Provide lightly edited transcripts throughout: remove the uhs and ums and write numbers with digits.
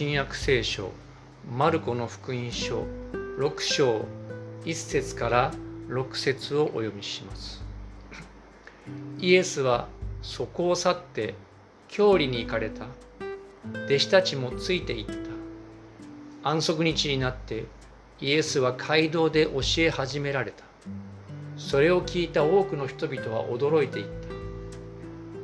新約聖書マルコの福音書6章1節から6節をお読みします。イエスはそこを去って郷里に行かれた。弟子たちもついて行った。安息日になってイエスは街道で教え始められた。それを聞いた多くの人々は驚いていった。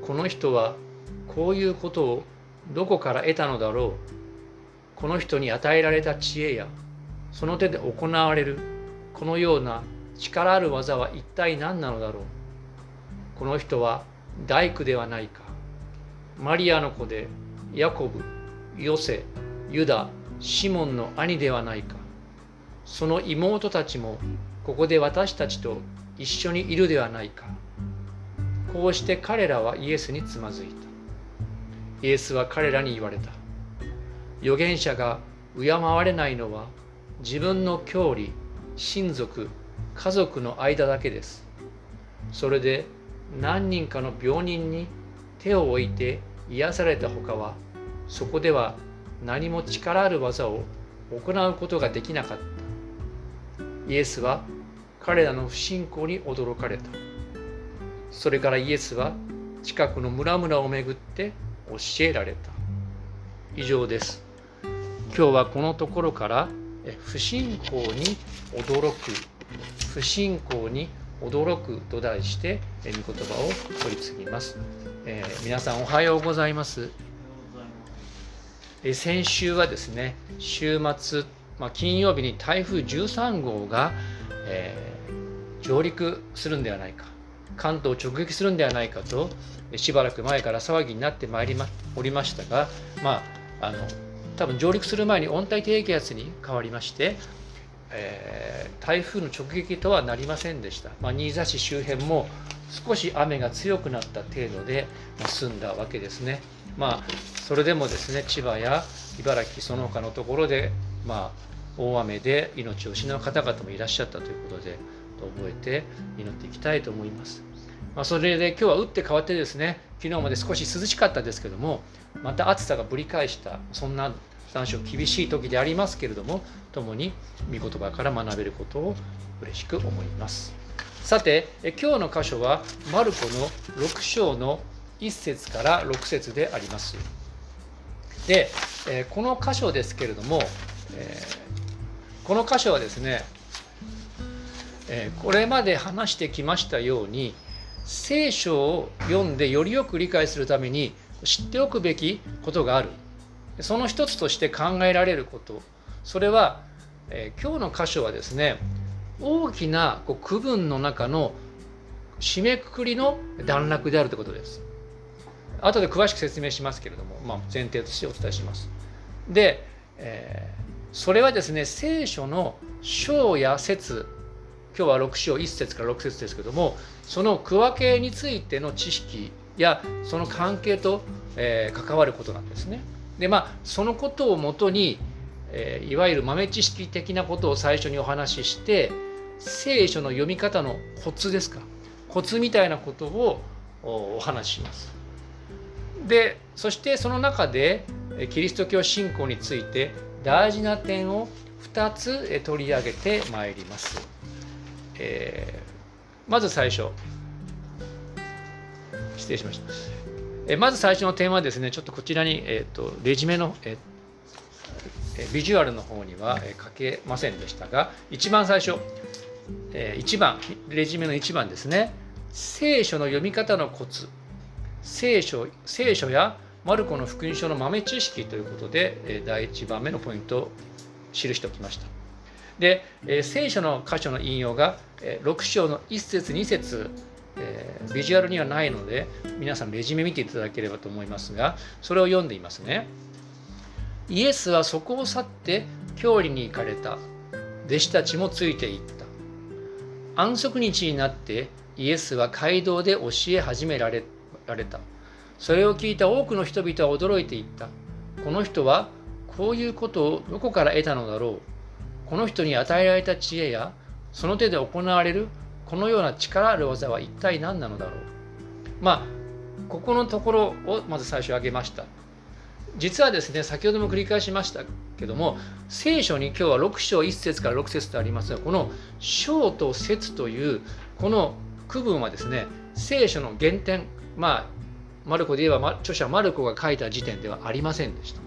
この人はこういうことをどこから得たのだろう。この人に与えられた知恵やその手で行われるこのような力ある技は一体何なのだろう。この人は大工ではないか。マリアの子でヤコブ、ヨセ、ユダ、シモンの兄ではないか。その妹たちもここで私たちと一緒にいるではないか。こうして彼らはイエスにつまずいた。イエスは彼らに言われた。預言者が敬われないのは自分の郷里、親族、家族の間だけです。それで何人かの病人に手を置いて癒されたほかは、そこでは何も力ある技を行うことができなかった。イエスは彼らの不信仰に驚かれた。それからイエスは近くの村々を巡って教えられた。以上です。今日はこのところから不信仰に驚く、不信仰に驚くと題して御言葉を取り次ぎます。皆さんおはようございます。先週はですね、週末、金曜日に台風13号が、上陸するんではないか、関東を直撃するんではないかとしばらく前から騒ぎになっておりましたが、多分上陸する前に温帯低気圧に変わりまして、台風の直撃とはなりませんでした。新座市周辺も少し雨が強くなった程度で済んだわけですね。それでもですね、千葉や茨城その他のところで、大雨で命を失う方々もいらっしゃったということで覚えて祈っていきたいと思います。それで今日は打って変わってですね、昨日まで少し涼しかったですけども、また暑さがぶり返した、そんな残暑厳しい時でありますけれども、共に御言葉から学べることを嬉しく思います。さて、今日の箇所はマルコの6章の1節から6節であります。で、この箇所ですけれども、この箇所はですね、これまで話してきましたように、聖書を読んでよりよく理解するために知っておくべきことがある。その一つとして考えられること、それは、今日の箇所はですね、大きな区分の中の締めくくりの段落であるということです。後で詳しく説明しますけれども、前提としてお伝えします。で、それはですね、聖書の章や節、今日は6章1節から6節ですけども、その区分けについての知識やその関係と、関わることなんですね。で、そのことをもとに、いわゆる豆知識的なことを最初にお話しして、聖書の読み方のコツですか、コツみたいなことをお話しします。で、そしてその中でキリスト教信仰について大事な点を2つ取り上げてまいります。まず最初、失礼しました。まず最初の点はですね、ちょっとこちらに、レジュメの、ビジュアルの方には書けませんでしたが、一番最初、1番、レジュメの1番ですね、聖書の読み方のコツ、聖書やマルコの福音書の豆知識ということで、第1番目のポイントを記しておきました。で、聖書の箇所の引用が6章の1節2節、ビジュアルにはないので皆さんレジュメ見ていただければと思いますが、それを読んでいますね。イエスはそこを去って郷里に行かれた。弟子たちもついて行った。安息日になってイエスは街道で教え始められた。それを聞いた多くの人々は驚いていった。この人はこういうことをどこから得たのだろう。この人に与えられた知恵やその手で行われるこのような力ある技は一体何なのだろう。ここのところをまず最初挙げました。 実はですね、先ほども繰り返しましたけども、聖書に今日は6章1節から6節とありますが、この章と節というこの区分はですね、聖書の原点、マルコで言えば著者マルコが書いた時点ではありませんでした。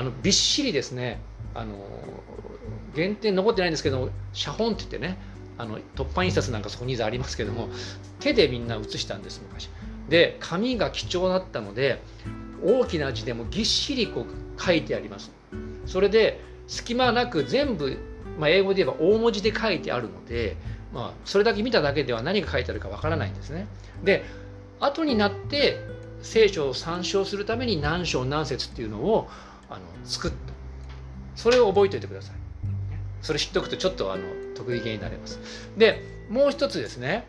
びっしりですね、原点残ってないんですけど、写本って言ってね、突版印刷なんかそこにありますけども、手でみんな写したんです昔。で、紙が貴重だったので、大きな字でもぎっしりこう書いてあります。それで隙間なく全部、英語で言えば大文字で書いてあるので、それだけ見ただけでは何が書いてあるかわからないんですね。で、後になって聖書を参照するために何章何節っていうのを作った。それを覚えておいてください。それ知っておくとちょっと得意げになれます。で、もう一つですね、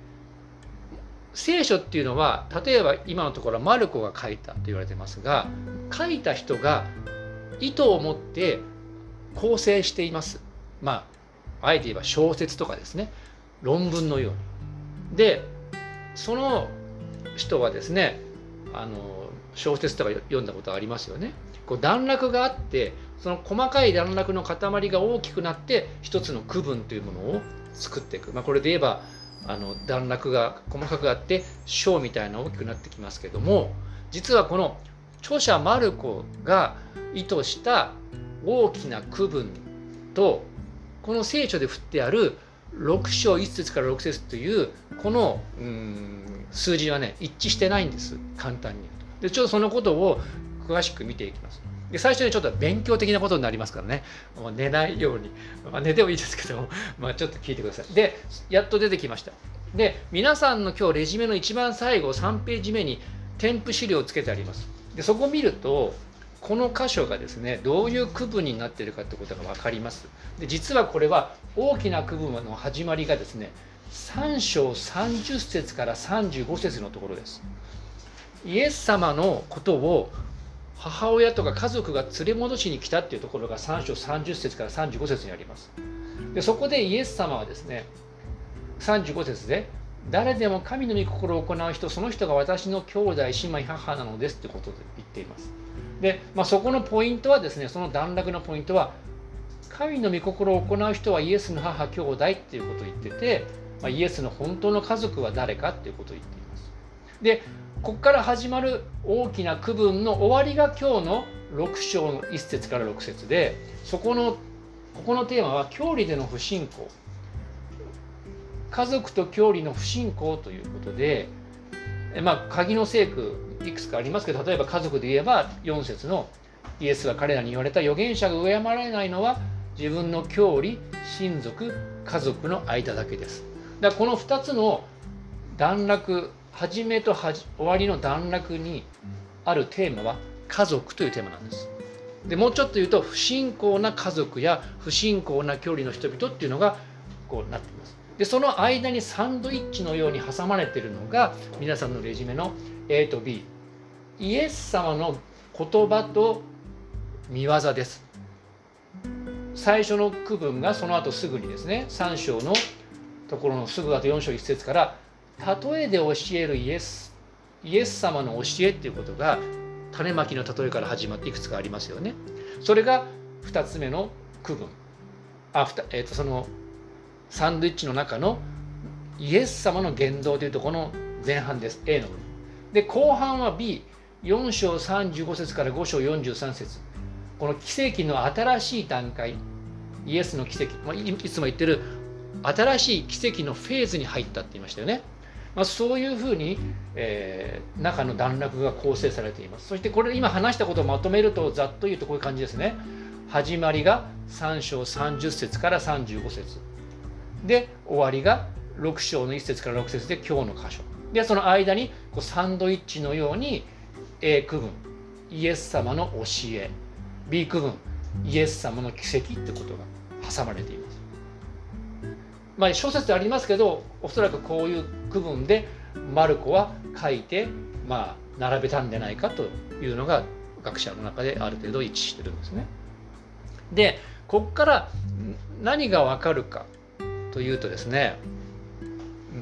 聖書っていうのは、例えば今のところはマルコが書いたと言われてますが、書いた人が意図を持って構成しています。あえて言えば小説とかですね、論文のように。で、その人はですね、小説とか読んだことありますよね。こう段落があって、その細かい段落の塊が大きくなって一つの区分というものを作っていく。これで言えば段落が細かくあって章みたいな大きくなってきますけども、実はこの著者マルコが意図した大きな区分と、この聖書で振ってある6章1節から6節というこの数字はね、一致してないんです、簡単に言うと。で、ちょっとそのことを詳しく見ていきます。で、最初にちょっと勉強的なことになりますからね、寝ないように、寝てもいいですけども、ちょっと聞いてください。で、やっと出てきました。で、皆さんの今日レジュメの一番最後3ページ目に添付資料をつけてあります。で、そこを見るとこの箇所がですね、どういう区分になっているかということが分かります。で、実はこれは大きな区分の始まりがですね、3章30節から35節のところです。イエス様のことを母親とか家族が連れ戻しに来たっていうところが3章30節から35節にあります。で、そこでイエス様はですね、35節で、誰でも神の御心を行う人、その人が私の兄弟姉妹母なのですってことで言っています。で、そこのポイントはですね、その段落のポイントは、神の御心を行う人はイエスの母兄弟っていうことを言ってて、イエスの本当の家族は誰かっていうことを言っています。で、ここから始まる大きな区分の終わりが今日の6章の1節から6節で、ここのテーマは教理での不信仰、家族と教理の不信仰ということで、鍵の聖句いくつかありますけど、例えば家族で言えば4節のイエスが彼らに言われた、預言者が敬まれないのは自分の教理、親族、家族の間だけです。だからこの2つの段落、始めと終わりの段落にあるテーマは家族というテーマなんです。で、もうちょっと言うと、不信仰な家族や不信仰な教理の人々っていうのがこうなっています。で、その間にサンドイッチのように挟まれているのが皆さんのレジュメの A と B、 イエス様の言葉と御業です。最初の区分がその後すぐにですね、3章のところのすぐ後4章1節から例えで教えるイエス様の教えっていうことが種まきの例えから始まっていくつかありますよね。それが2つ目の区分、そのサンドイッチの中のイエス様の言動というところの前半です。 A の部分で、後半は B4 章35節から5章43節、この奇跡の新しい段階、イエスの奇跡、いつも言ってる新しい奇跡のフェーズに入ったって言いましたよね。そういうふうに、中の段落が構成されています。そしてこれ今話したことをまとめると、ざっと言うとこういう感じですね。始まりが3章30節から35節で、終わりが6章の1節から6節で今日の箇所で、その間にこうサンドイッチのように A 区分、イエス様の教え、 B 区分、イエス様の奇跡ってことが挟まれています。諸説ありますけど、おそらくこういう区分でマルコは書いて、並べたんじゃないかというのが学者の中である程度一致してるんですね。で、ここから何がわかるかというとですね、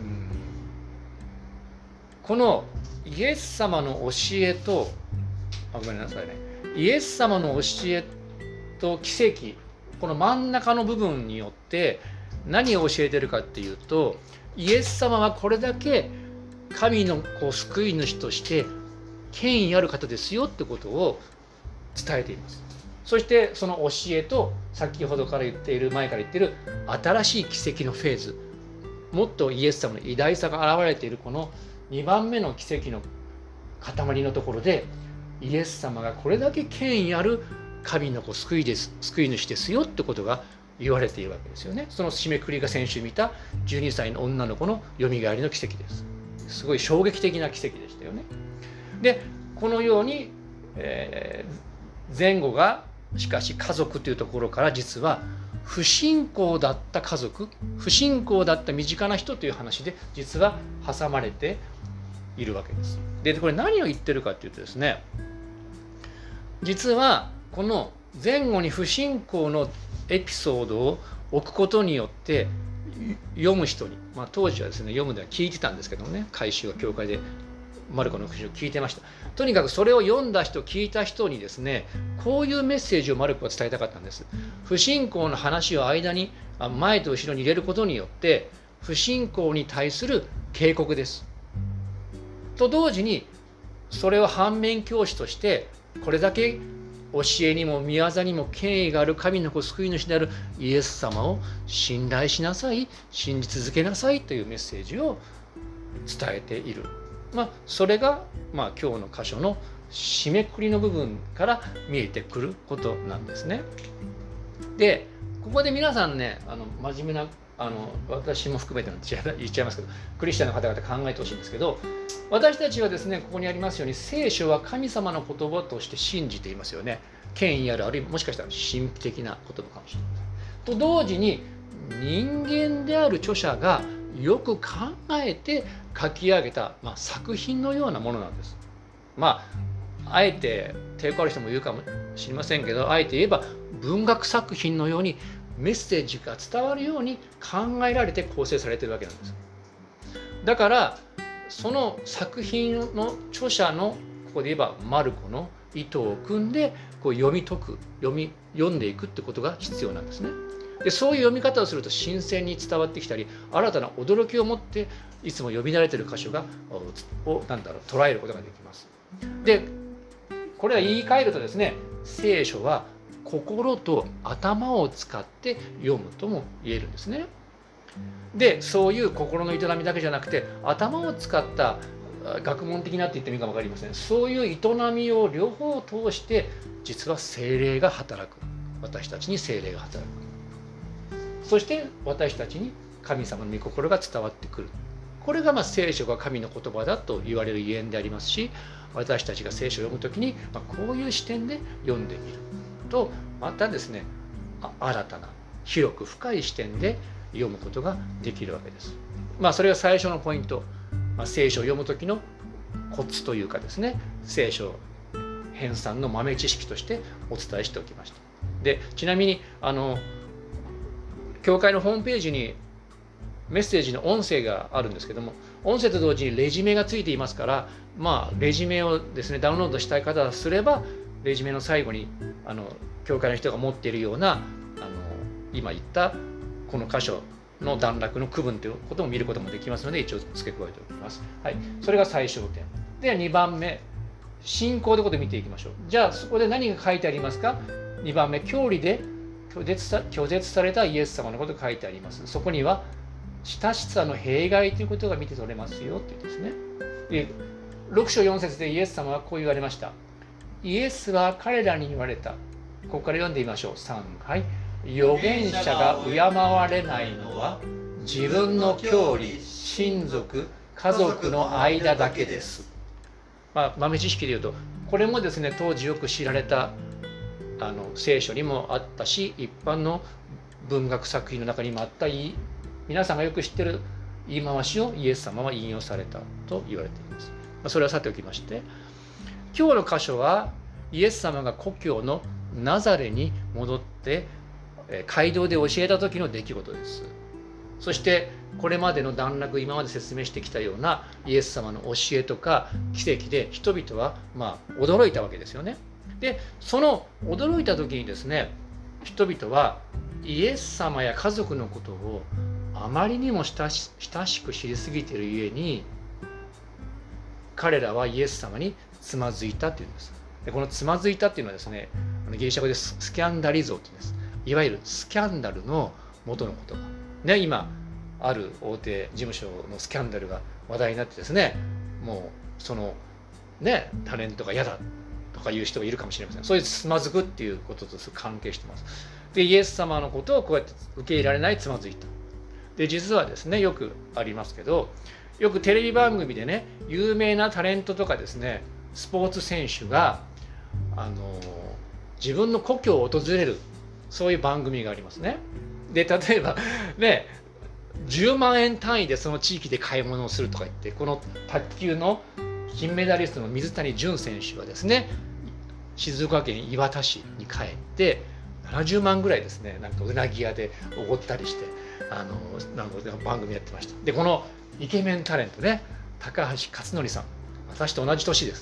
このイエス様の教えとごめんなさいね、イエス様の教えと奇跡、この真ん中の部分によって何を教えてるかっていうと、イエス様はこれだけ神の救い主として権威ある方ですよってことを伝えています。そしてその教えと先ほどから言っている、前から言っている新しい奇跡のフェーズ、もっとイエス様の偉大さが現れているこの2番目の奇跡の塊のところで、イエス様がこれだけ権威ある神の救い主ですよってことが言われているわけですよね。その締めくくりが先週見た12歳の女の子のよみがえりの奇跡です。すごい衝撃的な奇跡でしたよね。でこのように、前後がしかし家族というところから実は不信仰だった家族、不信仰だった身近な人という話で実は挟まれているわけです。でこれ何を言ってるかっていうとですね、実はこの前後に不信仰のエピソードを置くことによって読む人に、当時はですね読むでは聞いてたんですけどもね、改宗は教会でマルコの福音書を聞いてました。とにかくそれを読んだ人、聞いた人にですね、こういうメッセージをマルコは伝えたかったんです。不信仰の話を間に前と後ろに入れることによって不信仰に対する警告です。と同時にそれを反面教師として、これだけ教えにも宮座にも権威がある神の子救い主であるイエス様を信頼しなさい、信じ続けなさいというメッセージを伝えている。それが、今日の箇所の締めくくりの部分から見えてくることなんですね。でここで皆さんね、真面目な私も含めて言っちゃいますけど、クリスチャンの方々考えてほしいんですけど、私たちはですね、ここにありますように聖書は神様の言葉として信じていますよね。権威ある、あるいはもしかしたら神秘的な言葉かもしれないと同時に、人間である著者がよく考えて書き上げた、作品のようなものなんです。あえて抵抗ある人もいるかもしれませんけど、あえて言えば文学作品のようにメッセージが伝わるように考えられて構成されているわけなんです。だからその作品の著者の、ここで言えばマルコの意図を組んで読み解く、読んでいくってことが必要なんですね。でそういう読み方をすると新鮮に伝わってきたり、新たな驚きを持っていつも読み慣れている箇所を捉えることができます。でこれは言い換えるとですね、聖書は心と頭を使って読むとも言えるんですね。でそういう心の営みだけじゃなくて、頭を使った学問的なって言ってもいいかも分かりません。そういう営みを両方通して実は聖霊が働く。私たちに聖霊が働く。そして私たちに神様の御心が伝わってくる。これが聖書が神の言葉だと言われるゆえんでありますし、私たちが聖書を読むときにこういう視点で読んでみると、またですね、新たな広く深い視点で読むことができるわけです。それが最初のポイント、聖書を読む時のコツというかですね、聖書編纂の豆知識としてお伝えしておきました。でちなみに教会のホームページにメッセージの音声があるんですけども、音声と同時にレジュメがついていますから、レジュメをですねダウンロードしたい方はすれば、レジュメの最後に教会の人が持っているような今言ったこの箇所の段落の区分ということも見ることもできますので、一応付け加えておきます。はい、それが最小点で、2番目信仰ということで見ていきましょう。じゃあそこで何が書いてありますか。2番目、教理で拒絶されたイエス様のことが書いてあります。そこには親しさの弊害ということが見て取れますよって言うんですね。で6章4節でイエス様はこう言われました。イエスは彼らに言われた。ここから読んでみましょう。3回。預言者が敬われないのは自分の教理、親族、家族の間だけです。豆知識で言うと、これもですね当時よく知られた聖書にもあったし、一般の文学作品の中にもあった皆さんがよく知っている言い回しをイエス様は引用されたと言われています。それはさておきまして、今日の箇所はイエス様が故郷のナザレに戻って街道で教えた時の出来事です。そしてこれまでの段落、今まで説明してきたようなイエス様の教えとか奇跡で人々は驚いたわけですよね。でその驚いた時にですね、人々はイエス様や家族のことをあまりにも親しく知りすぎているゆえに、彼らはイエス様につまずいたっていうんです。でこのつまずいたっていうのはですね、ギリシャ語でスキャンダリゾーって言うんです。いわゆるスキャンダルの元の言葉ね。今ある大手事務所のスキャンダルが話題になってですね、もうそのねタレントが嫌だとかいう人がいるかもしれません。そういうつまずくっていうことと関係してます。でイエス様のことをこうやって受け入れられない、つまずいた。で実はですね、よくありますけど、よくテレビ番組でね、有名なタレントとかですね、スポーツ選手が自分の故郷を訪れる、そういう番組がありますね。で例えばね、10万円単位でその地域で買い物をするとか言って、この卓球の金メダリストの水谷隼選手はですね、静岡県磐田市に帰って70万ぐらいですね、なんかうなぎ屋でおごったりしてなんか番組やってました。でこのイケメンタレントね、高橋克典さん、私と同じ年です。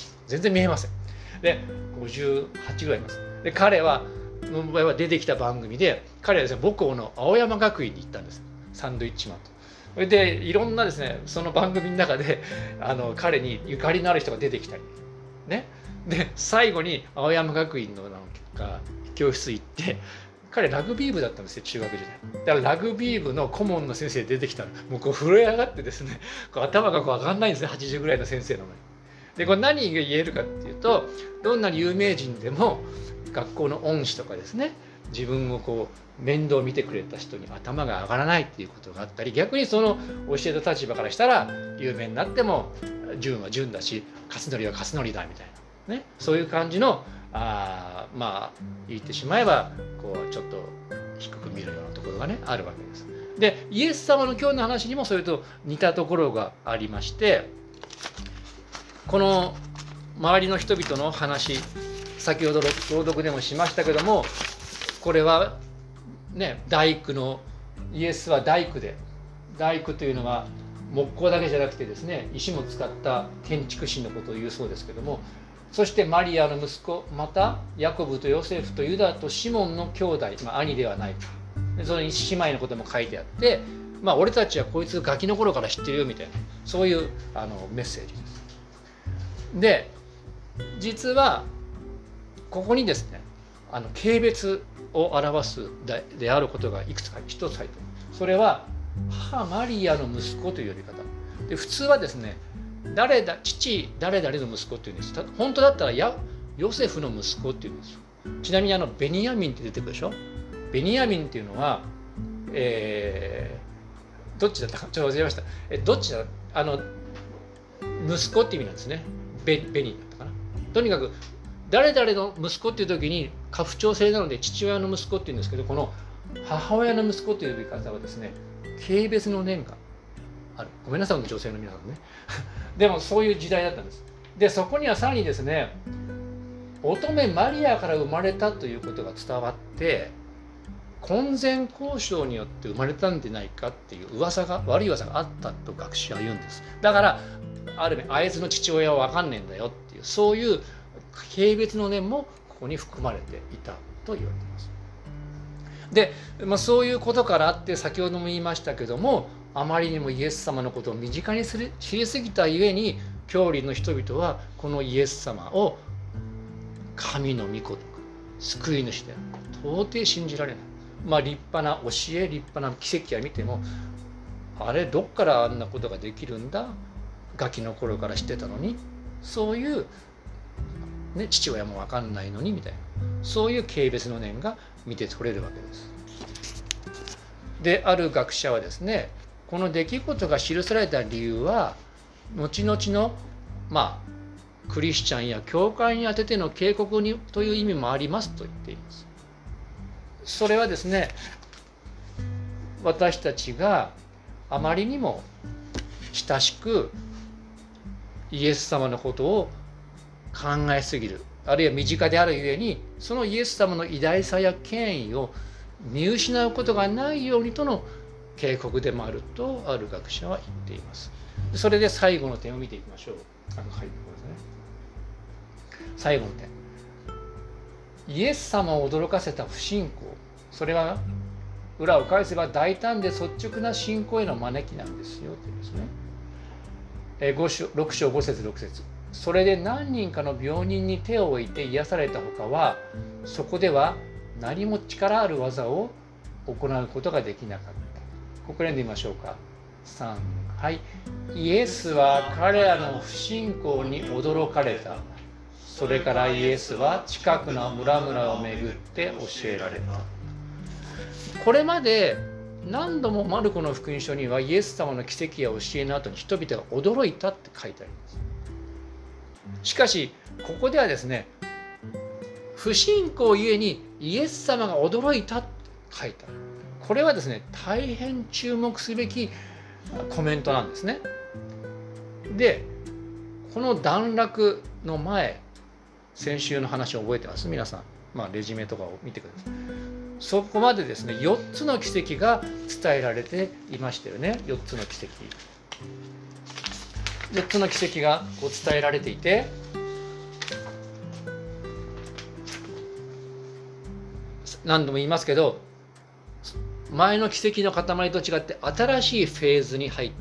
全然見えません。で58ぐらいいます。で彼はの場合は出てきた番組で、彼はですね、母校の青山学院に行ったんです。サンドイッチマンと。それでいろんなですね、その番組の中で彼にゆかりのある人が出てきたりね。で最後に青山学院のなんか教室行って、彼ラグビー部だったんですよ、中学時代。だからラグビー部の顧問の先生出てきたら、もうこう震え上がってですね、こう頭がこう上がんないんですね、80ぐらいの先生なのに。でこれ何が言えるかっていうと、どんなに有名人でも学校の恩師とかですね、自分をこう面倒を見てくれた人に頭が上がらないっていうことがあったり、逆にその教えた立場からしたら、有名になっても純は純だし、勝則は勝則だみたいなね、そういう感じの言ってしまえばこうちょっと低く見るようなところがねあるわけです。でイエス様の今日の話にもそれと似たところがありまして、この周りの人々の話、先ほど朗読でもしましたけども、これはね、大工のイエスは大工で、大工というのは木工だけじゃなくてですね、石も使った建築士のことを言うそうですけども、そしてマリアの息子、またヤコブとヨセフとユダとシモンの兄弟、兄ではないか、その姉妹のことも書いてあって、俺たちはこいつガキの頃から知ってるよみたいな、そういうメッセージです。で実はここにですね、軽蔑を表すであることがいくつか一つ入っています。それは母マリアの息子という呼び方で、普通はですね、父誰々の息子っていうんです。本当だったらヨセフの息子っていうんですよ。ちなみにベニヤミンって出てくるでしょ。ベニヤミンっていうのは、どっちだったかちょっと忘れました。どっちだ、息子って意味なんですね。ベニーだったかな。とにかく誰々の息子っていう時に家父長制なので父親の息子っていうんですけど、この母親の息子という呼び方はですね、軽蔑の念がある。ごめんなさい、女性の皆さんね。でもそういう時代だったんです。でそこにはさらにですね、乙女マリアから生まれたということが伝わって、婚前交渉によって生まれたんじゃないかっていう悪い噂があったと学者は言うんです。だからある意味あいつの父親は分かんねえんだよっていう、そういう軽蔑の念もここに含まれていたと言われています。で、そういうことからあって、先ほども言いましたけども、あまりにもイエス様のことを身近に知りすぎたゆえに、教理の人々はこのイエス様を神の御子とか救い主である、到底信じられない。立派な教え、立派な奇跡を見ても、あれどっからあんなことができるんだ、ガキの頃から知ってたのに、そういう、父親も分かんないのにみたいな、そういう軽蔑の念が見て取れるわけです。である学者はですね、この出来事が記された理由は、後々のクリスチャンや教会に宛てての警告にという意味もありますと言っています。それはですね、私たちがあまりにも親しくイエス様のことを考えすぎる、あるいは身近であるゆえに、そのイエス様の偉大さや権威を見失うことがないようにとの警告でもあるとある学者は言っています。それで最後の点を見ていきましょう。最後の点、イエス様を驚かせた不信仰、それは裏を返せば大胆で率直な信仰への招きなんですよというんですね。6章5節6節、それで何人かの病人に手を置いて癒されたほかは、そこでは何も力ある技を行うことができなかった。ここ読んでみましょうか。3、はい。イエスは彼らの不信仰に驚かれた。それからイエスは近くの村々を巡って教えられた。これまで何度もマルコの福音書にはイエス様の奇跡や教えの後に人々が驚いたって書いてあります。しかしここではですね、不信仰ゆえにイエス様が驚いたって書いてある。これはですね、大変注目すべきコメントなんですね。で、この段落の前、先週の話を覚えてます？皆さん、レジュメとかを見てください。そこまでですね、4つの奇跡が伝えられていましたよね。4つの奇跡。4つの奇跡がこう伝えられていて、何度も言いますけど、前の奇跡の塊と違って新しいフェーズに入った、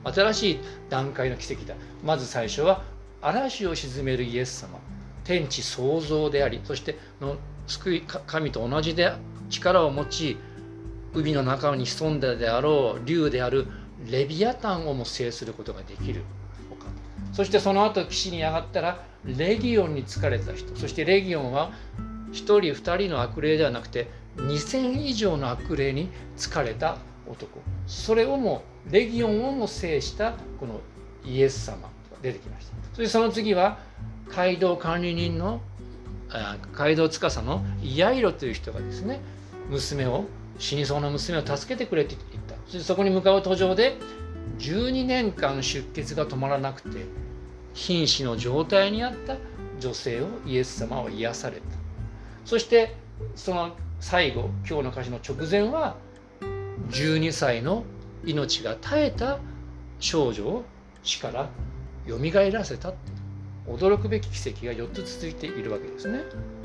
新しい段階の奇跡だ。まず最初は嵐を鎮めるイエス様、天地創造であり、そしての救い神と同じで力を持ち、海の中に潜んだであろう竜であるレビアタンをも制することができる。そしてその後岸に上がったらレギオンに疲れた人、そしてレギオンは1人2人の悪霊ではなくて2000以上の悪霊に疲れた男、それをもレギオンをも制したこのイエス様が出てきました。そしてその次は街道管理人の街道司のヤイロという人がですね、死にそうな娘を助けてくれって言った。そしてそこに向かう途上で12年間出血が止まらなくて瀕死の状態にあった女性をイエス様は癒された。そしてその最後、今日の歌詞の直前は12歳の命が絶えた少女を死からよみがえらせた。驚くべき奇跡が4つ続いているわけですね。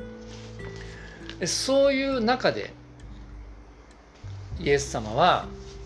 そういう中でイエス様は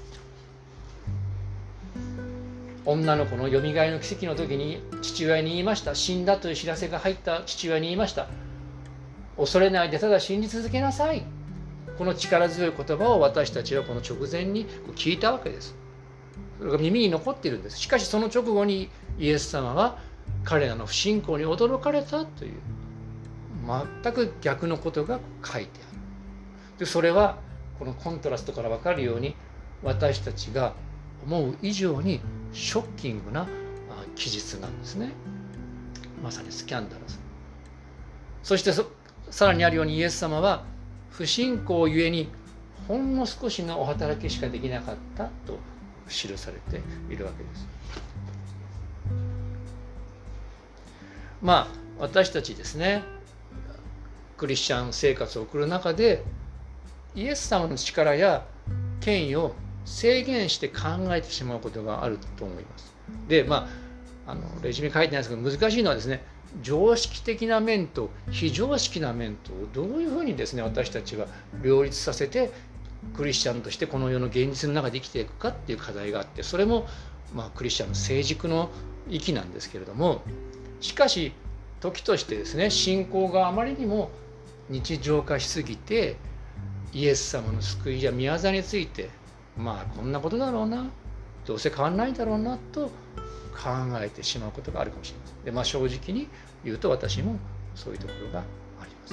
女の子のよみがえりの奇跡の時に父親に言いました。死んだという知らせが入った父親に言いました。恐れないでただ信じ続けなさい。この力強い言葉を私たちはこの直前に聞いたわけです。それが耳に残っているんです。しかしその直後にイエス様は彼らの不信仰に驚かれたという全く逆のことが書いてある。でそれはこのコントラストから分かるように私たちが思う以上にショッキングな記述なんですね。まさにスキャンダラス。そしてさらにあるようにイエス様は不信仰ゆえにほんの少しのお働きしかできなかったと記されているわけです。私たちですね、クリスチャン生活を送る中でイエス様の力や権威を制限して考えてしまうことがあると思います。でレジュメ書いてないですけど、難しいのはですね、常識的な面と非常識な面とどういうふうにですね私たちは両立させてクリスチャンとしてこの世の現実の中で生きていくかっていう課題があって、それもクリスチャンの成熟の域なんですけれども、しかし時としてですね、信仰があまりにも日常化しすぎてイエス様の救いや宮座についてこんなことだろうな、どうせ変わんないだろうなと考えてしまうことがあるかもしれません。で正直に言うと私もそういうところがあります。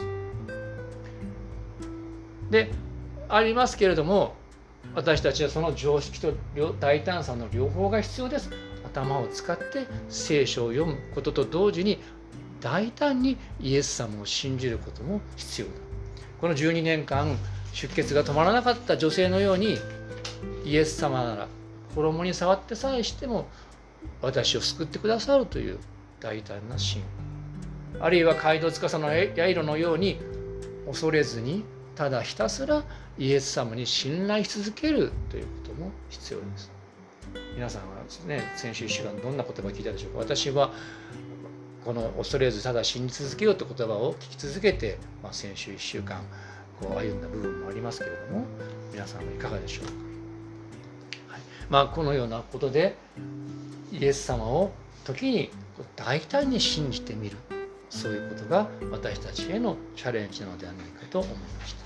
でありますけれども、私たちはその常識と大胆さの両方が必要です。頭を使って聖書を読むことと同時に大胆にイエス様を信じることも必要だ。この12年間出血が止まらなかった女性のように、イエス様なら衣に触ってさえしても私を救ってくださるという大胆な信仰、あるいは街道司のヤイロのように恐れずにただひたすらイエス様に信頼し続けるということ、 も必要です。皆さんはですね、先週1週間どんな言葉を聞いたでしょうか。私はこの恐れずただ信じ続けようという言葉を聞き続けて、先週1週間歩んだ部分もありますけれども、皆さんはいかがでしょうか。はい、このようなことでイエス様を時に大胆に信じてみる、そういうことが私たちへのチャレンジなのではないかと思いました。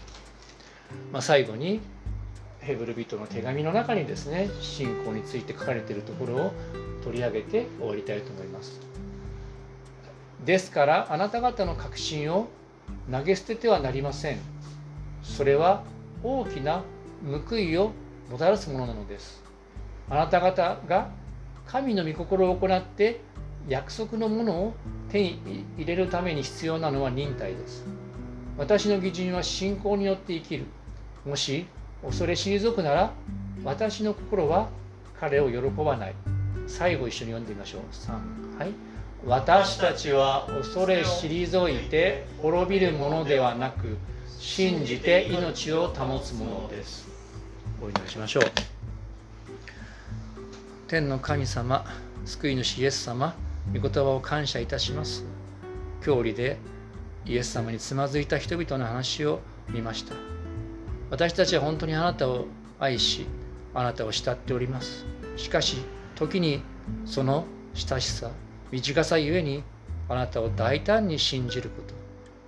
最後にヘブル人の手紙の中にですね、信仰について書かれているところを取り上げて終わりたいと思います。ですからあなた方の確信を投げ捨ててはなりません。それは大きな報いをもたらすものなのです。あなた方が神の御心を行って約束のものを手に入れるために必要なのは忍耐です。私の義人は信仰によって生きる。もし恐れ退くなら、私の心は彼を喜ばない。最後一緒に読んでみましょう。3、はい。私たちは恐れ退いて滅びるものではなく、信じて命を保つものです。お祈りしましょう。天の神様、救い主イエス様、御言葉を感謝いたします。教理でイエス様につまずいた人々の話を見ました。私たちは本当にあなたを愛し、あなたを慕っております。しかし、時にその親しさ、短さゆえに、あなたを大胆に信じること、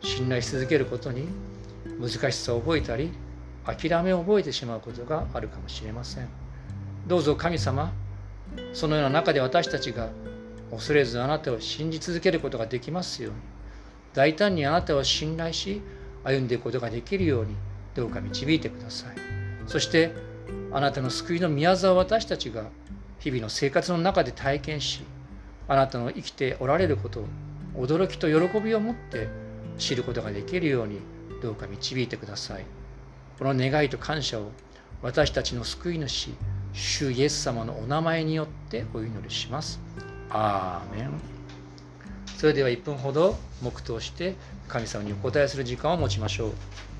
信頼し続けることに難しさを覚えたり、諦めを覚えてしまうことがあるかもしれません。どうぞ神様、そのような中で私たちが恐れずあなたを信じ続けることができますように、大胆にあなたを信頼し、歩んでいくことができるように、どうか導いてください。そしてあなたの救いの御業を私たちが日々の生活の中で体験し、あなたの生きておられることを驚きと喜びを持って知ることができるように、どうか導いてください。この願いと感謝を私たちの救い主、主イエス様のお名前によってお祈りします。アーメン。それでは1分ほど黙祷して神様にお答えする時間を持ちましょう。